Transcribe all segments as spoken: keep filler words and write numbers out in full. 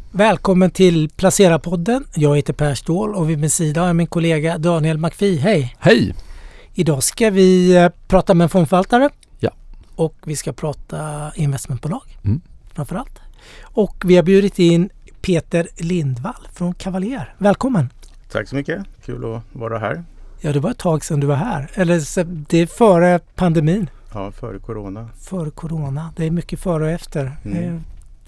Välkommen till Placera-podden. Jag heter Per Ståhl och vid min sida har jag min kollega Daniel McPhee. Hej! Hej! Idag ska vi prata med en fondförvaltare. Ja. Och vi ska prata investmentbolag mm. framförallt. Och vi har bjudit in Peter Lindvall från Cavalier. Välkommen! Tack så mycket. Kul att vara här. Ja, det var ett tag sedan du var här. Eller det är före pandemin. Ja, före corona. Före corona. Det är mycket före och efter. Mm.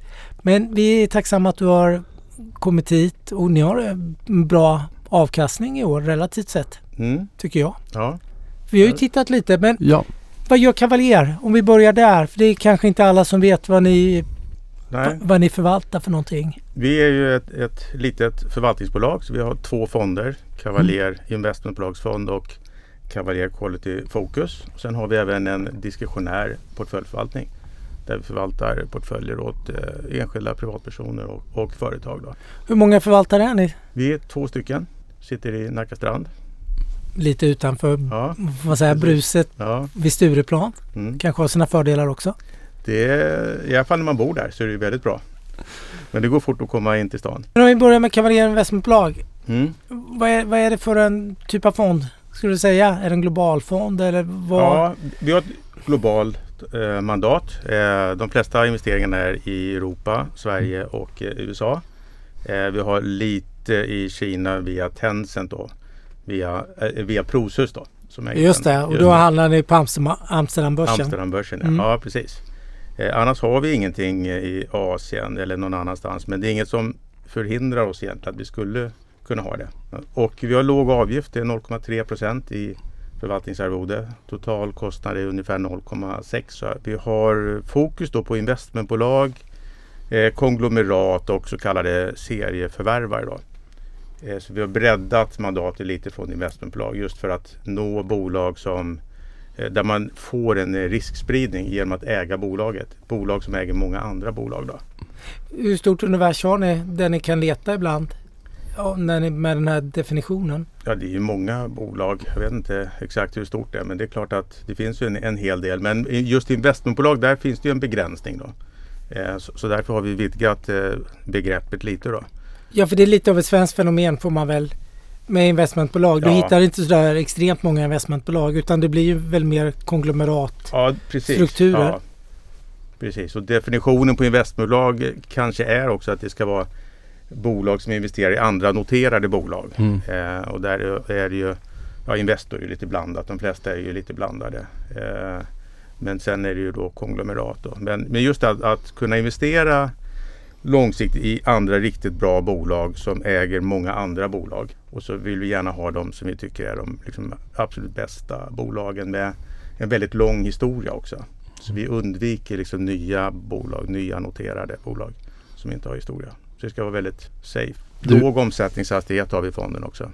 Men vi är tacksamma att du har kommit hit och ni har en bra avkastning i år relativt sett, mm. tycker jag. Ja. Vi har ju tittat lite, men ja. vad gör Cavalier? Om vi börjar där, för det är kanske inte alla som vet vad ni, Nej. vad ni förvaltar för någonting. Vi är ju ett, ett litet förvaltningsbolag, så vi har två fonder. Cavalier mm. Investmentbolagsfond och Cavalier Quality Focus. Och sen har vi även en diskretionär portföljförvaltning, där vi förvaltar portföljer åt eh, enskilda privatpersoner och, och företag. Då. Hur många förvaltare är ni? Vi är två stycken, sitter i Nackastrand. Lite utanför ja, vad säger, bruset ja. vid Stureplan. Mm. Kanske har sina fördelar också. Det är, i alla fall när man bor där så är det väldigt bra. Men det går fort att komma in till stan. Men om vi börjar med Cavalier Investmentbolag. Mm. Vad, är, vad är det för en typ av fond? Skulle du säga? Är det en global fond? Eller vad? Ja, vi har ett globalt eh, mandat. Eh, de flesta investeringarna är i Europa, Sverige och eh, U S A. Eh, vi har lite i Kina via Tencent då. Via, eh, via Prosus då. Som är Just det, och då handlar ni på Amsterdam, Amsterdambörsen. Amsterdambörsen, mm. ja precis. Eh, annars har vi ingenting i Asien eller någon annanstans. Men det är inget som förhindrar oss egentligen att vi skulle kunna ha det. Och vi har låg avgift, det är noll komma tre procent i förvaltningsarvode. Total kostnad är ungefär noll komma sex. Så vi har fokus då på investmentbolag, eh, konglomerat och så kallade serieförvärvare då. Eh, så vi har breddat mandatet lite från investmentbolag just för att nå bolag som eh, där man får en riskspridning genom att äga bolaget. Bolag som äger många andra bolag då. Hur stort universum har ni där ni kan leta ibland? Ja, när ni, med den här definitionen. Ja, det är ju många bolag. Jag vet inte exakt hur stort det är, men det är klart att det finns ju en, en hel del. Men just investmentbolag, där finns det ju en begränsning då. Eh, så, så därför har vi vidgat eh, begreppet lite då. Ja, för det är lite av ett svenskt fenomen får man väl med investmentbolag. Du ja. hittar inte så där extremt många investmentbolag, utan det blir ju väl mer konglomerat ja, precis. strukturer. Ja, precis. Och definitionen på investmentbolag kanske är också att det ska vara bolag som investerar i andra noterade bolag. Mm. Eh, och där är det ju, ja, Investor är ju lite blandat. De flesta är ju lite blandade. Eh, men sen är det ju då konglomerat då. Men, men just att, att kunna investera långsiktigt i andra riktigt bra bolag som äger många andra bolag. Och så vill vi gärna ha dem som vi tycker är de liksom, absolut bästa bolagen med en väldigt lång historia också. Så vi undviker liksom nya bolag, nya noterade bolag som inte har historia. Så det ska vara väldigt safe. Du, Låg omsättningshastighet har vi i fonden också.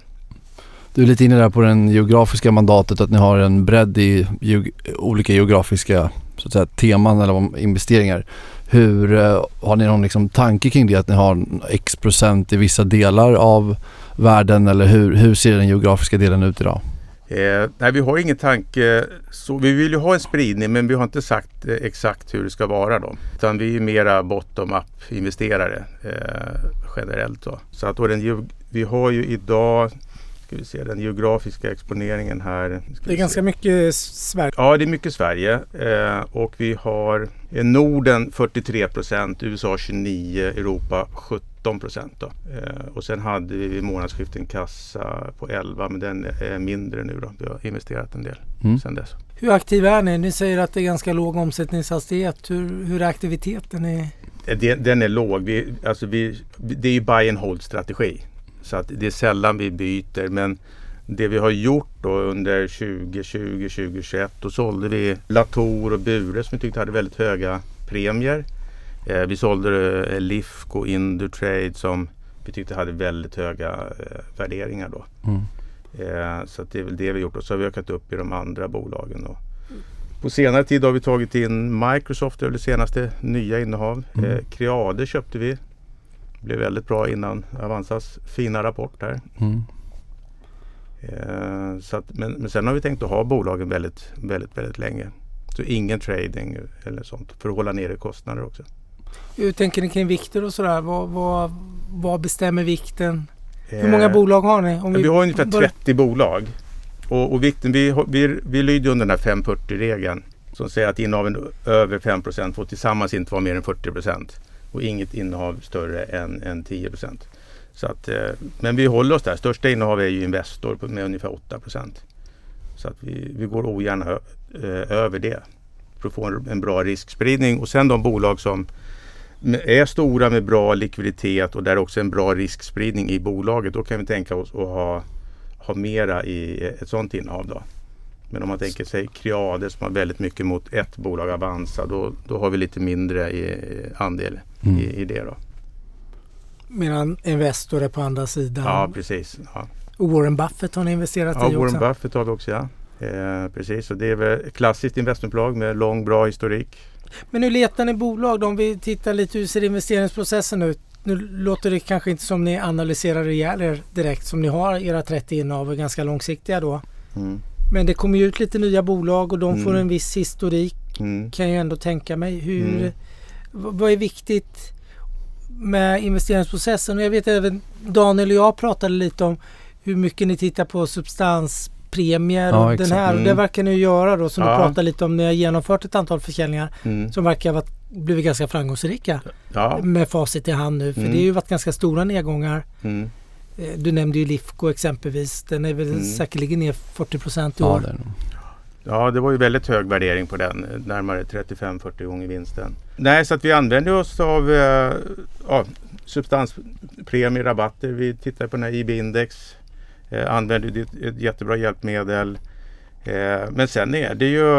Du är lite inne där på den geografiska mandatet, att ni har en bredd i ge- olika geografiska så att säga, teman eller investeringar. Hur eh, har ni någon liksom, tanke kring det, att ni har x procent i vissa delar av världen, eller hur, hur ser den geografiska delen ut idag? Eh, nej, vi har ingen tanke. Så vi vill ju ha en spridning, men vi har inte sagt eh, exakt hur det ska vara då. Utan vi är mera bottom-up investerare eh, generellt då. Så att då den, vi har ju idag, ska vi se, den geografiska exponeringen här. Det är ganska mycket Sverige. Ja, det är mycket Sverige. Eh, och vi har i Norden fyrtiotre procent, U S A tjugonio, Europa sjutton procent då. Eh, och sen hade vi vid månadsskiftet en kassa på elva, men den är mindre nu då. Vi har investerat en del mm. sedan dess. Hur aktiva är ni? Ni säger att det är ganska låg omsättningshastighet. Hur, hur är aktiviteten? Är... Den, den är låg. Vi, alltså vi, det är ju buy and hold strategi. Så att det är sällan vi byter, men det vi har gjort då under tjugo tjugo till tjugo tjugoett, då sålde vi Latour och Bure som vi tyckte hade väldigt höga premier. Eh, vi sålde eh, Lifco och Indutrade som vi tyckte hade väldigt höga eh, värderingar då. Mm. Eh, så att det är väl det vi har gjort, och så har vi ökat upp i de andra bolagen då. På senare tid har vi tagit in Microsoft, det senaste nya innehav. Mm. Eh, Creade köpte vi. Blev väldigt bra innan Avanzas fina rapport här. Mm. Eh, så att, men, men sen har vi tänkt att ha bolagen väldigt, väldigt, väldigt länge. Så ingen trading eller sånt för att hålla nere kostnader också. Hur tänker ni kring vikter och sådär? Vad, vad, vad bestämmer vikten? Hur många eh, bolag har ni? Om vi, vi har ungefär trettio bolag. Och, och vikten, vi, vi, vi lyder under den här fem fyrtio-regeln som säger att innehaven över fem procent får tillsammans inte vara mer än fyrtio procent. Och inget innehav större än, än tio procent. Så att, eh, men vi håller oss där. Största innehav är ju Investor med ungefär åtta procent. Så att vi, vi går ogärna ö, eh, över det för att få en, en bra riskspridning. Och sen de bolag som är stora med bra likviditet och där också en bra riskspridning i bolaget, då kan vi tänka oss att ha, ha mera i ett sådant innehav då. Men om man tänker sig Creade som har väldigt mycket mot ett bolag Avanza, då, då har vi lite mindre i andel mm. i, i det då. Medan Investor är på andra sidan. Ja, precis. Ja. Och Warren Buffett har ni investerat ja, i också? Ja, Warren Buffett har vi också, ja. Eh, precis, och det är väl ett klassiskt investmentbolag med lång, bra historik. Men nu letar ni bolag då? Om vi tittar lite hur ser investeringsprocessen ut? Nu låter det kanske inte som ni analyserar er direkt som ni har era trettio innehav och ganska långsiktiga då. Mm. Men det kommer ju ut lite nya bolag och de mm. får en viss historik. Mm. Kan jag ändå tänka mig. Hur, mm. Vad är viktigt med investeringsprocessen? Och jag vet även Daniel och jag pratade lite om hur mycket ni tittar på substanspremier ja, och den här. Mm. Och det verkar ni göra då som ja. du pratade lite om. Ni har genomfört ett antal försäljningar mm. som verkar ha blivit ganska framgångsrika ja. med facit i hand nu. För mm. det har ju varit ganska stora nedgångar. Mm. Du nämnde ju Lifco exempelvis. Den är väl mm. säkerligen ner fyrtio procent i år. Ja, ja, det var ju väldigt hög värdering på den. Närmare trettiofem till fyrtio gånger vinsten. Nej, så att vi använder oss av eh, ja, substanspremier, rabatter. Vi tittar på den här I B-index. Eh, använder det ett jättebra hjälpmedel. Eh, men sen är det ju...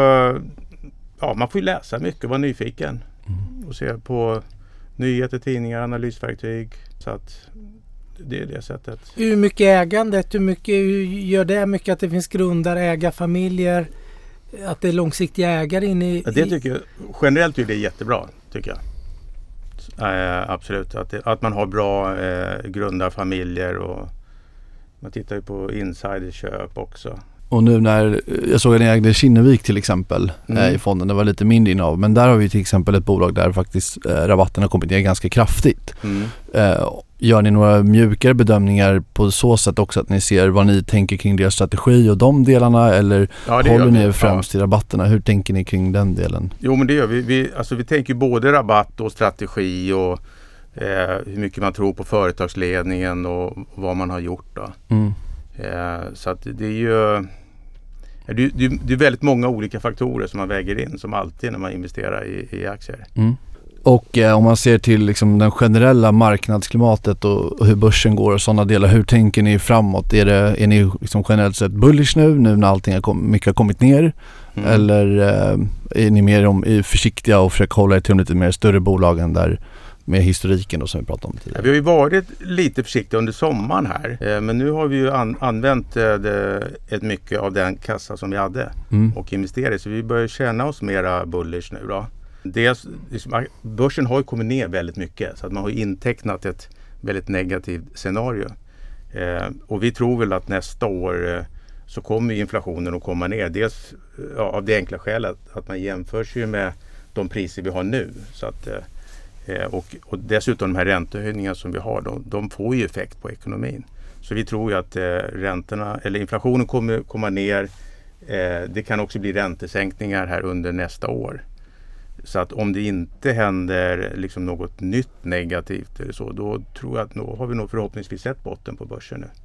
Ja, man får ju läsa mycket och vara nyfiken. Mm. Och se på nyheter, tidningar, analysverktyg. Så att... Det är det sättet. Hur mycket ägandet, hur mycket hur gör det mycket att det finns grundar, ägarfamiljer, att det är långsiktiga ägare inne i... Ja, det tycker jag, generellt är det jättebra, tycker jag. Äh, absolut, att, det, att man har bra äh, grundarfamiljer och man tittar ju på insiderköp också. Och nu när, jag såg att ni ägde Kinnevik till exempel mm. i fonden, det var lite mindre innehav, men där har vi till exempel ett bolag där faktiskt eh, rabatten har kommit ner ganska kraftigt. Mm. Eh, gör ni några mjukare bedömningar på så sätt också att ni ser vad ni tänker kring deras strategi och de delarna, eller ja, håller ni främst ja. i rabatterna? Hur tänker ni kring den delen? Jo, men det gör vi. Vi, alltså, vi tänker både rabatt och strategi och eh, hur mycket man tror på företagsledningen och vad man har gjort då. Mm. Eh, så att det är ju det, det, det är väldigt många olika faktorer som man väger in som alltid när man investerar i, i aktier. Mm. Och eh, om man ser till liksom, den generella marknadsklimatet och, och hur börsen går och sådana delar, hur tänker ni framåt? Är, det, är ni liksom generellt sett bullish nu, nu när allting har kom, mycket har kommit ner? Mm. Eller eh, är ni mer om, är försiktiga och försöker hålla er till lite mer större bolagen där med historiken då, som vi pratade om tidigare? Ja, vi har ju varit lite försiktiga under sommaren här. Eh, men nu har vi ju an, använt eh, det, ett mycket av den kassa som vi hade mm. och investerat. Så vi börjar känna oss mera bullish nu då. Dels, liksom, börsen har ju kommit ner väldigt mycket så att man har intecknat ett väldigt negativt scenario. Eh, och vi tror väl att nästa år eh, så kommer inflationen att komma ner. Dels ja, av det enkla skälet att man jämför sig med de priser vi har nu. Så att, eh, och, och dessutom de här räntehöjningarna som vi har, de, de får ju effekt på ekonomin. Så vi tror ju att eh, räntorna, eller inflationen kommer komma ner. Eh, det kan också bli räntesänkningar här under nästa år. Så att om det inte händer liksom något nytt negativt eller så, då tror jag att då har vi nog förhoppningsvis sett botten på börsen nu.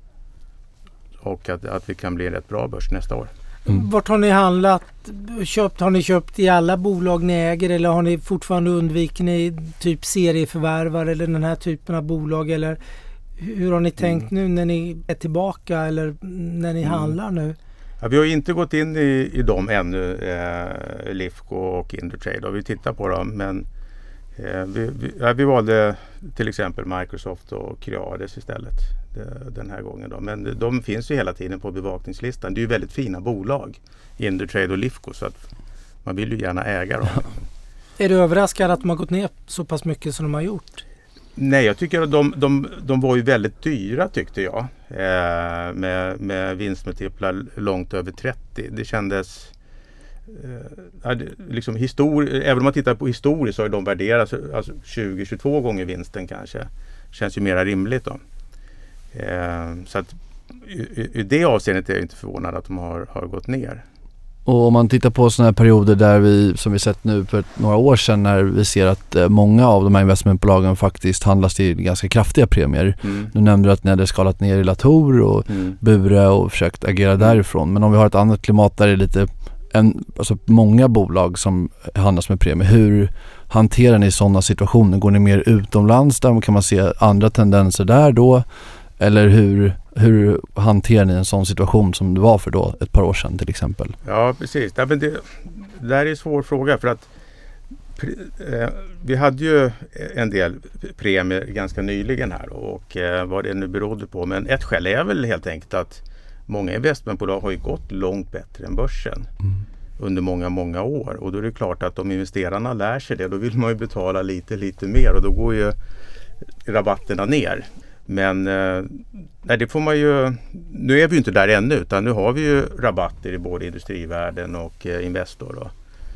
Och att, att vi kan bli en rätt bra börs nästa år. Mm. Vart har ni handlat? Köpt, har ni köpt i alla bolag ni äger eller har ni fortfarande undvikit ni typ serieförvärvar eller den här typen av bolag? Eller hur har ni tänkt mm. nu när ni är tillbaka eller när ni mm. handlar nu? Ja, vi har inte gått in i, i dem ännu, eh, Lifco och Indutrade. Vi tittar på dem, men eh, vi, vi, ja, vi valde till exempel Microsoft och Creades istället det, den här gången. Då. Men de, de finns ju hela tiden på bevakningslistan. Det är ju väldigt fina bolag, Indutrade och Lifco, så att man vill ju gärna äga dem. Är du överraskad att de har gått ner så pass mycket som de har gjort? Nej, jag tycker att de, de, de var ju väldigt dyra tyckte jag. Eh, med, med vinstmultiplar långt över trettio. Det kändes... eh, liksom histori- även om man tittar på historiskt så har de värderats alltså tjugo till tjugotvå gånger vinsten kanske. Känns ju mera rimligt då. Eh, så att i, i det avseendet är jag inte förvånad att de har, har gått ner. Och om man tittar på sådana här perioder där vi, som vi sett nu för några år sedan, när vi ser att eh, många av de här investmentbolagen faktiskt handlas till ganska kraftiga premier. Mm. Nu nämnde du att ni hade skalat ner i Latour och mm. Bure och försökt agera därifrån. Men om vi har ett annat klimat där det är lite en, alltså många bolag som handlas med premier. Hur hanterar ni sådana situationer? Går ni mer utomlands där? Kan man se andra tendenser där då? Eller hur, hur hanterar ni en sån situation som det var för då ett par år sedan till exempel? Ja, precis. Det, det, det där är en svår fråga för att pre, eh, vi hade ju en del premier ganska nyligen här och eh, vad det nu berodde på. Men ett skäl är väl helt enkelt att många investmentbolag har ju gått långt bättre än börsen mm. under många, många år. Och då är det klart att om investerarna lär sig det, då vill man ju betala lite, lite mer och då går ju rabatterna ner. Men eh, nej, det får man ju, nu är vi ju inte där ännu utan nu har vi ju rabatter i både industrivärden och eh, Investor då.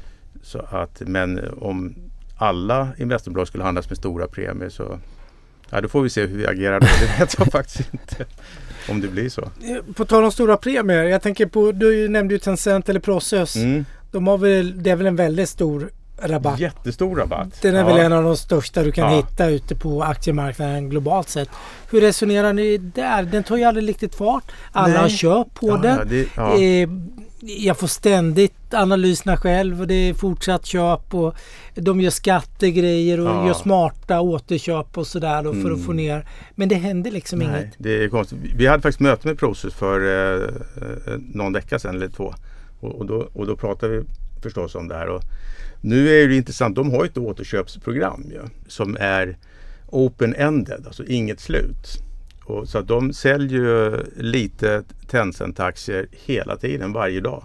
Så att, men om alla investmentbolag skulle handlas med stora premier så ja, då får vi se hur vi agerar då. Det vet jag faktiskt inte om det blir så. På tal om stora premier, jag tänker på, du nämnde ju Tencent eller Prosus. Mm. De har väl, det är väl en väldigt stor rabatt. Jättestor rabatt. Den är ja. väl en av de största du kan ja. hitta ute på aktiemarknaden globalt sett. Hur resonerar ni där? Den tar ju aldrig riktigt fart. Alla Nej. har köpt på ja, den. Ja, det, ja. eh, jag får ständigt analyserna själv och det är fortsatt köp och de gör skattegrejer och ja. gör smarta återköp och sådär då för mm. att få ner. Men det händer liksom Nej, inget. Det är konstigt. Vi hade faktiskt möte med Prosus för eh, någon vecka sedan eller två. Och, och, då, och då pratade vi förstås om det här. Och nu är det intressant, de har ett återköpsprogram ja, som är open-ended, alltså inget slut. Och så att de säljer lite Tencent-aktier hela tiden, varje dag.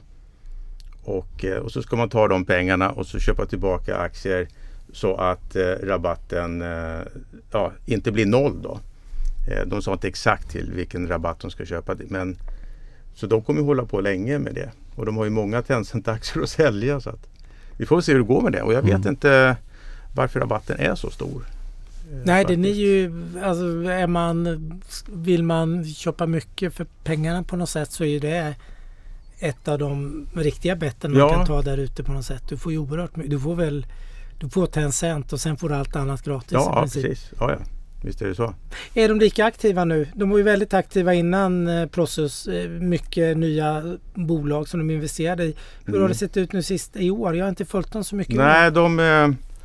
Och, och så ska man ta de pengarna och så köpa tillbaka aktier så att eh, rabatten eh, ja, inte blir noll då. Eh, de sa inte exakt till vilken rabatt de ska köpa, men så de kommer hålla på länge med det. Och de har ju många Tencent-aktier att sälja så att vi får se hur det går med det. Och jag vet mm. inte varför rabatten är så stor. Nej, den är ju, alltså är man, vill man köpa mycket för pengarna på något sätt så är det ett av de riktiga betten man ja. kan ta där ute på något sätt. Du får ju oerhört mycket. Du får väl, du får Tencent och sen får du allt annat gratis. Ja, ja precis. Ja, ja. Visst är det så. Är de lika aktiva nu? De var ju väldigt aktiva innan eh, Prosus. Eh, mycket nya bolag som de investerade i. Hur mm. har det sett ut nu sist i år? Jag har inte följt dem så mycket. Nej, de, eh,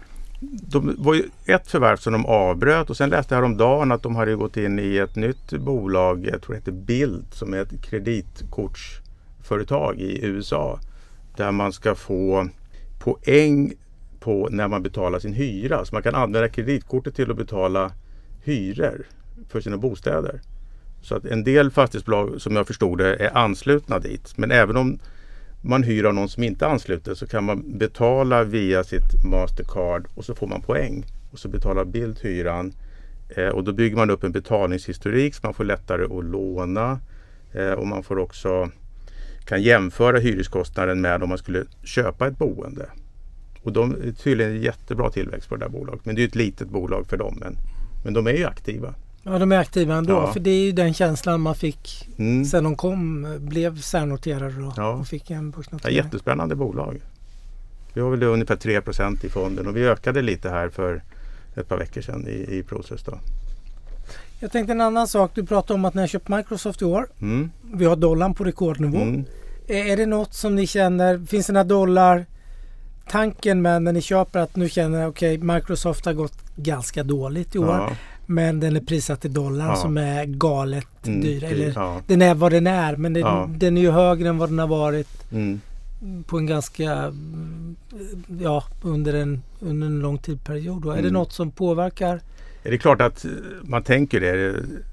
de var ju ett förvärv som de avbröt och sen läste jag häromdagen att de hade gått in i ett nytt bolag, jag tror det heter Bild, som är ett kreditkortsföretag i U S A där man ska få poäng på när man betalar sin hyra. Så man kan använda kreditkortet till att betala hyror för sina bostäder. Så att en del fastighetsbolag som jag förstod det är anslutna dit. Men även om man hyr av någon som inte är ansluten så kan man betala via sitt Mastercard och så får man poäng. Och så betalar Bild hyran eh, och då bygger man upp en betalningshistorik så man får lättare att låna eh, och man får också kan jämföra hyreskostnaden med om man skulle köpa ett boende. Och de är tydligen jättebra tillväxt på det där bolaget. Men det är ju ett litet bolag för dem. Men, men de är ju aktiva. Ja, de är aktiva ändå. Ja. För det är ju den känslan man fick mm. sen de kom. Blev särnoterade då. Ja. Och fick en börsnotering. Ja, jättespännande bolag. Vi har väl ungefär tre procent i fonden. Och vi ökade lite här för ett par veckor sedan i, i Prosus då. Jag tänkte en annan sak. Du pratade om att ni har köpt Microsoft i år. Mm. Vi har dollarn på rekordnivå. Mm. Är det något som ni känner? Finns den här dollar... tanken med när ni köper att nu känner jag okej, okay, Microsoft har gått ganska dåligt i år. Ja. Men den är prissatt i dollar ja. som är galet mm, dyr. Eller, ja. Den är vad den är men den, ja. den är ju högre än vad den har varit mm. på en ganska ja, under en, under en lång tidsperiod. Mm. Är det något som påverkar? Det är klart att man tänker det.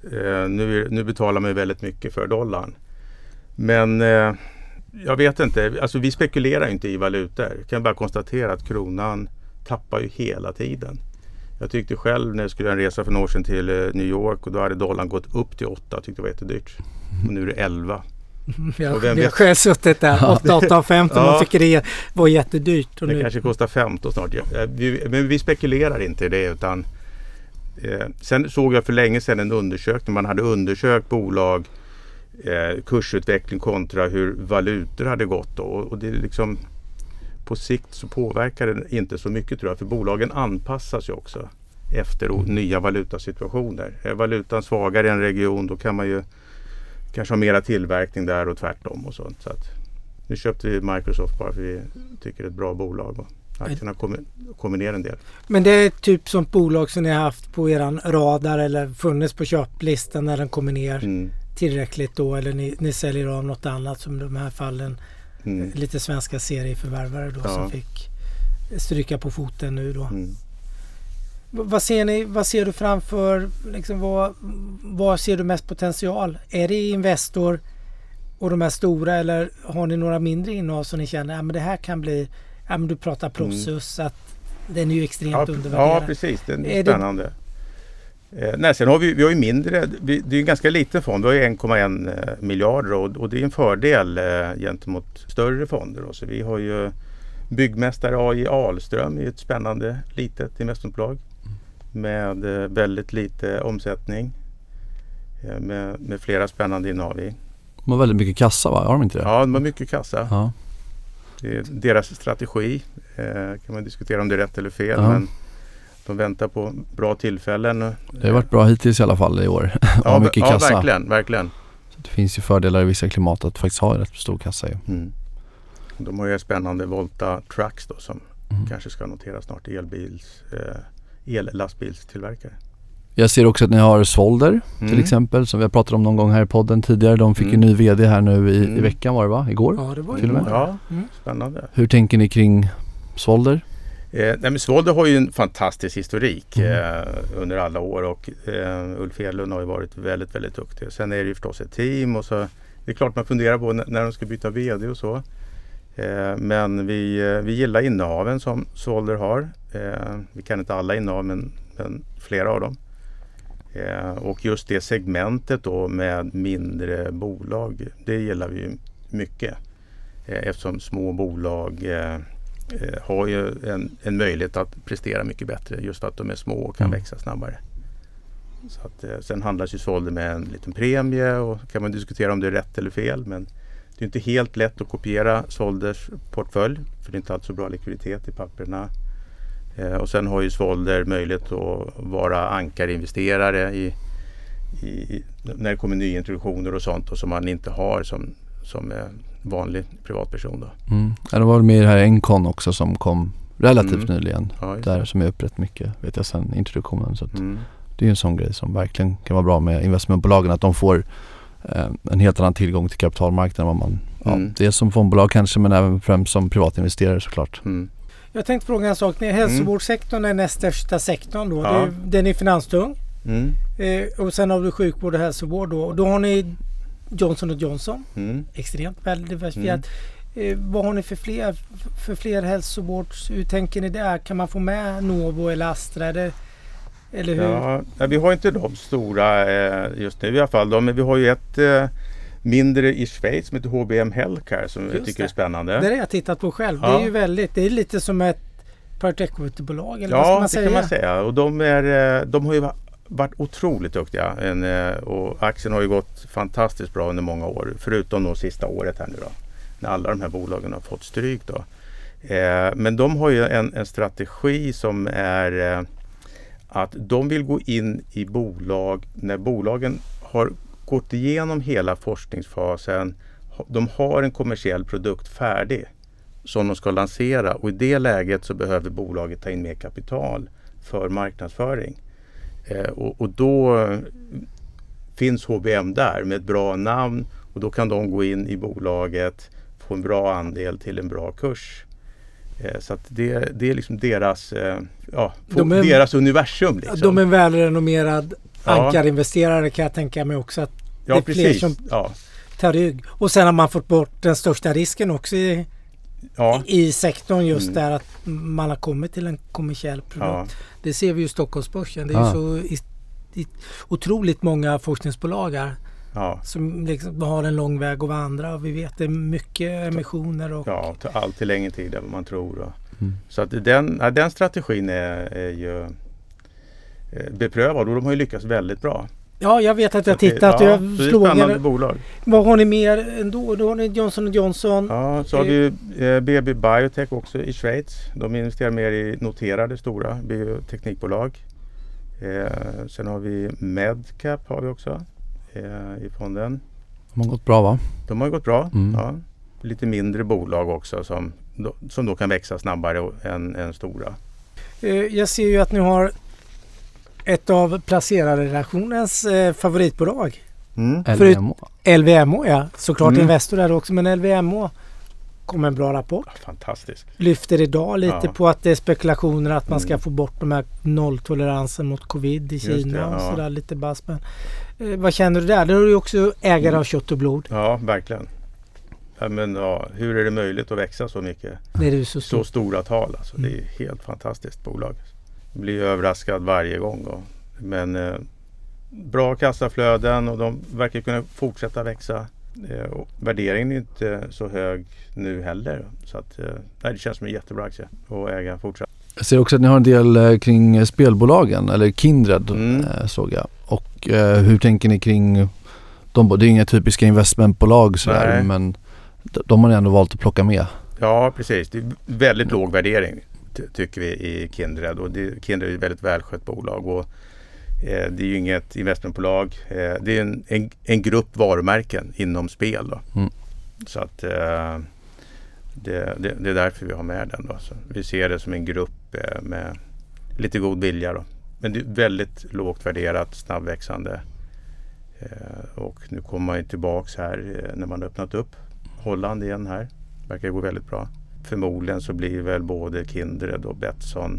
Nu, nu betalar man ju väldigt mycket för dollarn. Men jag vet inte, alltså vi spekulerar inte i valutor. Jag kan bara konstatera att kronan tappar ju hela tiden. Jag tyckte själv när jag skulle göra en resa för några år sedan till New York och då hade dollarn gått upp till åtta. Jag tyckte det var jättedyrt. Och nu är det elva. Jag, vi har själv suttit där, åtta åtta femton ja. Och tycker det var jättedyrt. Och det nu... kanske kostar femton snart. Vi, men vi spekulerar inte i det, utan eh, sen såg jag för länge sedan en undersökning. Man hade undersökt bolag, eh, kursutveckling kontra hur valutor hade gått då. Och det är liksom, på sikt så påverkar det inte så mycket, tror jag, för bolagen anpassas ju också efter mm. nya valutasituationer. Är valutan svagare i en region, då kan man ju kanske ha mera tillverkning där och tvärtom och sånt. Så att nu köpte vi Microsoft bara för vi tycker det är ett bra bolag och aktierna kommer, kommer ner en del. Men det är typ som bolag som ni har haft på eran radar eller funnits på köplistan när den kommer ner mm. tillräckligt då, eller ni, ni säljer av något annat, som de här fallen mm. lite svenska serieförvärvare då ja. Som fick stryka på foten nu då. Mm. Vad ser ni, vad ser du framför, liksom vad, vad ser du mest potential? Är det Investor och de här stora, eller har ni några mindre innehav som ni känner, ja men det här kan bli, ja men du pratar Prosus, mm. att den är ju extremt ja, undervärderad. Ja precis, den är, är spännande. Det... Eh, nej, sen har vi, vi har ju mindre, vi, det är en ganska liten fond, vi har ju en komma en eh, miljarder och, och det är en fördel eh, gentemot större fonder då. Så vi har ju byggmästare A J Ahlström i ett spännande litet investmentbolag. Med väldigt lite omsättning. Med, med flera spännande innehav i. De har väldigt mycket kassa, va? Har de inte det? Ja, de har mycket kassa. Ja. Det är deras strategi. Eh, kan man diskutera om det är rätt eller fel. Ja. Men de väntar på bra tillfällen. Det har varit bra hittills i alla fall i år. Ja, mycket ja kassa. verkligen, verkligen. Så det finns ju fördelar i vissa klimat att faktiskt ha rätt stor kassa. Ju. Mm. De har ju spännande Volta Trucks då, som mm. kanske ska noteras snart, elbils... Eh, el-lastbilstillverkare. Jag ser också att ni har Svolder mm. till exempel, som vi har pratat om någon gång här i podden tidigare. De fick mm. en ny vd här nu i, mm. i veckan, var det va? Igår? Ja, det var till och med. Ja, mm. spännande. Hur tänker ni kring Svolder? Eh, nej, men Svolder har ju en fantastisk historik mm. eh, under alla år och eh, Ulf Hedlund har ju varit väldigt, väldigt duktig. Sen är det ju förstås ett team och så det är klart man funderar på n- när de ska byta vd och så. Eh, men vi, eh, vi gillar innehaven som Svolder har. Eh, vi kan inte alla innehav, men, men flera av dem. Eh, och just det segmentet då med mindre bolag, det gillar vi ju mycket. Eh, eftersom små bolag eh, eh, har ju en, en möjlighet att prestera mycket bättre. Just att de är små och kan mm. växa snabbare. Så att, eh, sen handlas ju Svolder med en liten premie och kan man diskutera om det är rätt eller fel. Men det är inte helt lätt att kopiera Svolders portfölj, för det är inte alls så bra likviditet i papperna. Eh, och sen har ju Svolder möjlighet att vara ankarinvesterare i, i, när det kommer nyintroduktioner och sånt och som man inte har som, som eh, vanlig privatperson. Då. Mm. Ja, det var väl med i det här Encon också som kom relativt mm. nyligen. Ja, där som är upp rätt mycket, vet jag, sen introduktionen. Så att mm. det är en sån grej som verkligen kan vara bra med investmentbolagen, att de får eh, en helt annan tillgång till kapitalmarknaden än vad man, mm. ja, det är som fondbolag kanske, men även främst som privatinvesterare såklart. Mm. Jag tänkte fråga en sak. Hälsovårdssektorn är näst största sektorn då. Ja. Det är, den är finanstung. Mm. Eh, och sen har du sjukvård och hälsovård då. Och då har ni Johnson och Johnson. Mm. Extremt väl diversifierat. Mm. Eh, vad har ni för fler, för fler hälsovårds... Hur tänker ni där? Kan man få med Novo eller Astra? Eller, eller hur? Ja, vi har inte de stora eh, just nu i alla fall. Men vi har ju ett... Eh, mindre i Schweiz som heter H B M Healthcare som Just jag tycker det. är spännande. Det har jag tittat på själv. Ja. Det är ju väldigt, det är lite som ett private equity-bolag, eller ja, vad ska man det säga? kan man säga. Och de, är, de har ju varit otroligt duktiga. En, och aktien har ju gått fantastiskt bra under många år. Förutom de sista året här nu då. När alla de här bolagen har fått stryk då. Eh, men de har ju en, en strategi som är eh, att de vill gå in i bolag när bolagen har gått igenom hela forskningsfasen. De har en kommersiell produkt färdig som de ska lansera och i det läget så behöver bolaget ta in mer kapital för marknadsföring. Eh, och, och då finns H B M där med ett bra namn och då kan de gå in i bolaget, få en bra andel till en bra kurs. Eh, så att det, det är liksom deras, eh, ja, de är, deras universum. Liksom. De är en välrenommerad ankarinvesterare, kan jag tänka mig också, att ja, det är precis. fler som ja. tar rygg. Och sen har man fått bort den största risken också i, ja. i sektorn, just mm. där att man har kommit till en kommersiell produkt. Ja. Det ser vi ju i Stockholmsbörsen. Det är ja. ju så i, i, otroligt många forskningsbolag här Ja. Som liksom har en lång väg att vandra. Och vi vet det är mycket emissioner. Och... Ja, det tar alltid längre tid än vad man tror. Och. Mm. Så att den, ja, den strategin är, är ju eh, beprövad och de har ju lyckats väldigt bra. Ja, jag vet att jag tittat. Ja, jag så det är slår ett spännande er. bolag. Vad har ni mer ändå? Då har ni Johnson och Johnson. Ja, så har vi eh, B B Biotech också i Schweiz. De investerar mer i noterade stora bioteknikbolag. Eh, sen har vi Medcap har vi också eh, i fonden. De har gått bra, va? De har gått bra. Mm. Ja. Lite mindre bolag också som då, som då kan växa snabbare än, än stora. Eh, jag ser ju att ni har ett av placerarredaktionens eh, favoritbolag. Mm. L V M H. L V M H, ja. Såklart Mm. Investor där också, men L V M H kom en bra rapport. Ja, fantastiskt. Lyfter idag lite Ja. på att det är spekulationer att man ska Mm. få bort de här nolltoleransen mot covid i Just Kina det, och ja. sådär lite bass. Men, eh, vad känner du där? Där är du ju också ägare Mm. av kött och blod. Ja, verkligen. Ja, men, ja, hur är det möjligt att växa så mycket? Det är du så Så stor. stora tal. Alltså. Mm. Det är helt fantastiskt bolag. Jag blir överraskad varje gång. Och, men eh, bra kassaflöden och de verkar kunna fortsätta växa. Eh, och värderingen är inte så hög nu heller. Så att, eh, nej, det känns som en jättebra aktie att äga fortsatt. Jag ser också att ni har en del eh, kring spelbolagen, eller Kindred Mm. eh, såg jag. Och eh, hur tänker ni kring de? Det är inga typiska investmentbolag sådär, Nej. men de, de har ni ändå valt att plocka med. Ja, precis. Det är väldigt låg värdering ty- tycker vi i Kindred. Och det, Kindred är ett väldigt välskött bolag. Och, eh, det är ju inget investmentbolag. Eh, det är en, en, en grupp varumärken inom spel. Då. Mm. Så att eh, det, det, det är därför vi har med den. Då. Så vi ser det som en grupp eh, med lite god vilja. Då. Men det är väldigt lågt värderat, snabbväxande. Eh, och nu kommer man ju tillbaks här eh, när man har öppnat upp Holland igen här. Verkar gå väldigt bra. Förmodligen så blir väl både Kindred och Betsson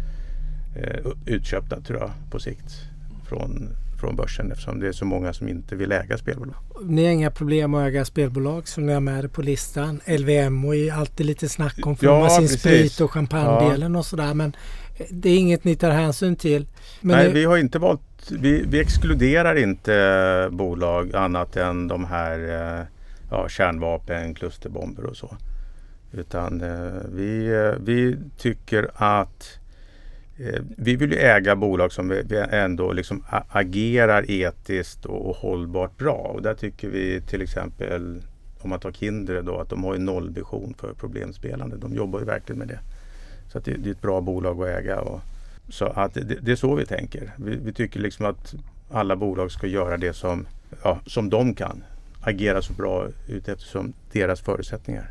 eh, utköpta tror jag på sikt från, från börsen eftersom det är så många som inte vill äga spelbolag. Ni har inga problem att äga spelbolag som ni har med på listan. L V M H är alltid lite snack om för Ja, de har sin precis. sprit och champagnedelen och sådär. Men det är inget ni tar hänsyn till. Men Nej, det, vi har inte valt, vi, vi exkluderar inte bolag annat än de här eh, ja, kärnvapen, klusterbomber och så. Utan eh, vi, eh, vi tycker att eh, vi vill ju äga bolag som vi, vi ändå liksom a- agerar etiskt och, och hållbart bra. Och där tycker vi till exempel, om man tar Kindred då, att de har en nollvision för problemspelande. De jobbar ju verkligen med det. Så att det, det är ett bra bolag att äga. Och, så att det, det är så vi tänker. Vi, vi tycker liksom att alla bolag ska göra det som, ja, som de kan. Agera så bra ut eftersom deras förutsättningar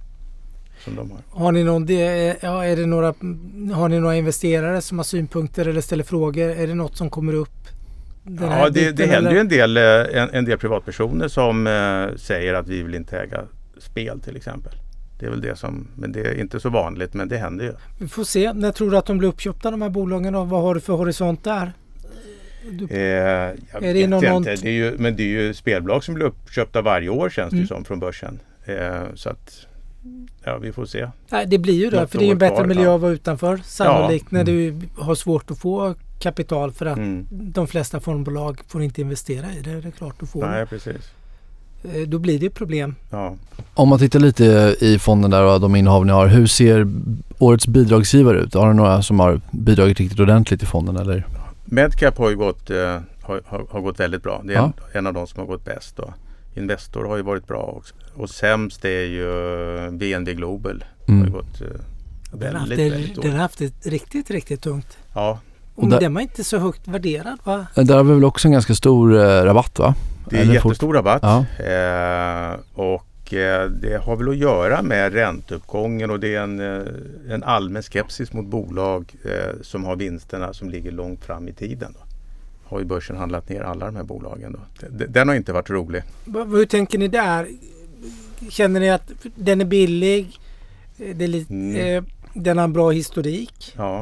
som de har. har ni någon, det, ja, är det några, har ni några investerare som har synpunkter eller ställer frågor? Är det något som kommer upp? Den här Ja, det, biten, det händer eller? ju en del, eh, en, en del privatpersoner som eh, säger att vi vill inte äga spel till exempel. Det är väl det som, men det är inte så vanligt, men det händer ju. Vi får se. När tror du att de blir uppköpta de här bolagen? Och vad har du för horisont där? Du, Eh, jag Är det vet inom inte. någon- Det är ju, men det är ju spelbolag som blir uppköpta varje år känns det Mm. ju som från börsen. Eh, så att, ja vi får se. nej, det blir ju det. Något För det är ju en år bättre kvar, miljö ja. att vara utanför. Sannolikt Ja. när du har svårt att få kapital för att Mm. de flesta fondbolag får inte investera i det. Det är klart du får. Nej, precis. Eh, Då blir det problem. Ja. Om man tittar lite i fonden där och de innehav ni har, hur ser årets bidragsgivare ut? Har du några som har bidragit riktigt ordentligt i fonden eller? Medcap har ju gått, eh, har, har, har gått väldigt bra. Det är Ja. en, en av de som har gått bäst. Då. Investor har ju varit bra också. Och sämst är ju V N V Global. Det har ju Mm. gått eh, Den har haft väldigt, det, väldigt den har dåligt. haft det riktigt, riktigt tungt. Ja, Och Och där- den var inte så högt värderad, va? Där har vi väl också en ganska stor eh, rabatt, va? det är Eller jättestor rabatt. Ja. Eh, och eh, det har väl att göra med ränteuppgången och det är en, eh, en allmän skepsis mot bolag eh, som har vinsterna som ligger långt fram i tiden. Då. Har ju börsen handlat ner alla de här bolagen. Då. D- Den har inte varit rolig. Va- Hur tänker ni där? Känner ni att den är billig? Eh, Det är lite, Mm. eh, den har en bra historik? Ja.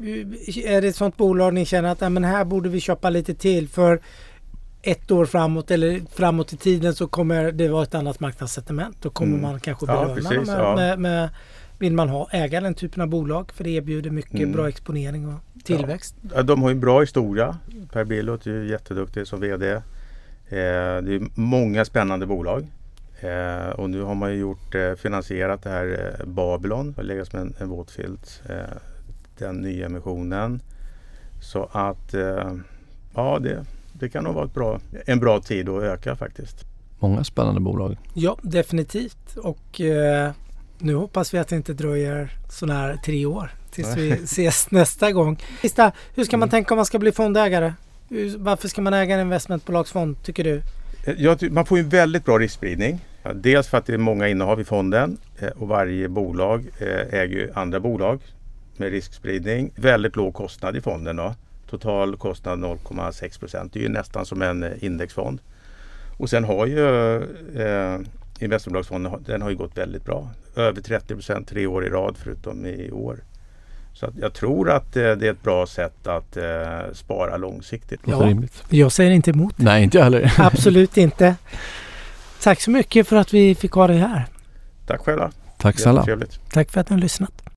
Är det ett sånt bolag ni känner att ja, men här borde vi köpa lite till för ett år framåt eller framåt i tiden så kommer det vara ett annat marknadssentiment. Då kommer Mm. man kanske Ja, belöna precis, dem med, ja. med, med, vill man ha äga den typen av bolag för det erbjuder mycket Mm. bra exponering och tillväxt. Ja, de har ju en bra historia. Per Billot är ju jätteduktig som vd. Eh, det är många spännande bolag. Eh, och nu har man ju gjort, eh, finansierat det här eh, Babylon. Det har legat som en, en våtfilt. Eh, den nya emissionen. Så att eh, ja, det, det kan nog vara ett bra, en bra tid att öka faktiskt. Många spännande bolag. Ja, definitivt. Och eh, nu hoppas vi att det inte dröjer sådana här tre år tills vi ses nästa gång. Sista, hur ska man mm. tänka om man ska bli fondägare? Varför ska man äga en investmentbolagsfond, tycker du? Ja, man får ju en väldigt bra riskspridning. Ja, dels för att det är många innehav i fonden eh, och varje bolag eh, äger ju andra bolag med riskspridning. Väldigt låg kostnad i fonden då. Total kostnad noll komma sex procent. Det är ju nästan som en indexfond. Och sen har ju eh, investmentbolagsfonden, den har ju gått väldigt bra. Över trettio procent tre år i rad förutom i år. Så att jag tror att eh, det är ett bra sätt att eh, spara långsiktigt. Ja, jag säger inte emot. Nej, inte jag heller. Absolut inte. Tack så mycket för att vi fick ha dig här. Tack själva. Tack så alla. Tack för att ni har lyssnat.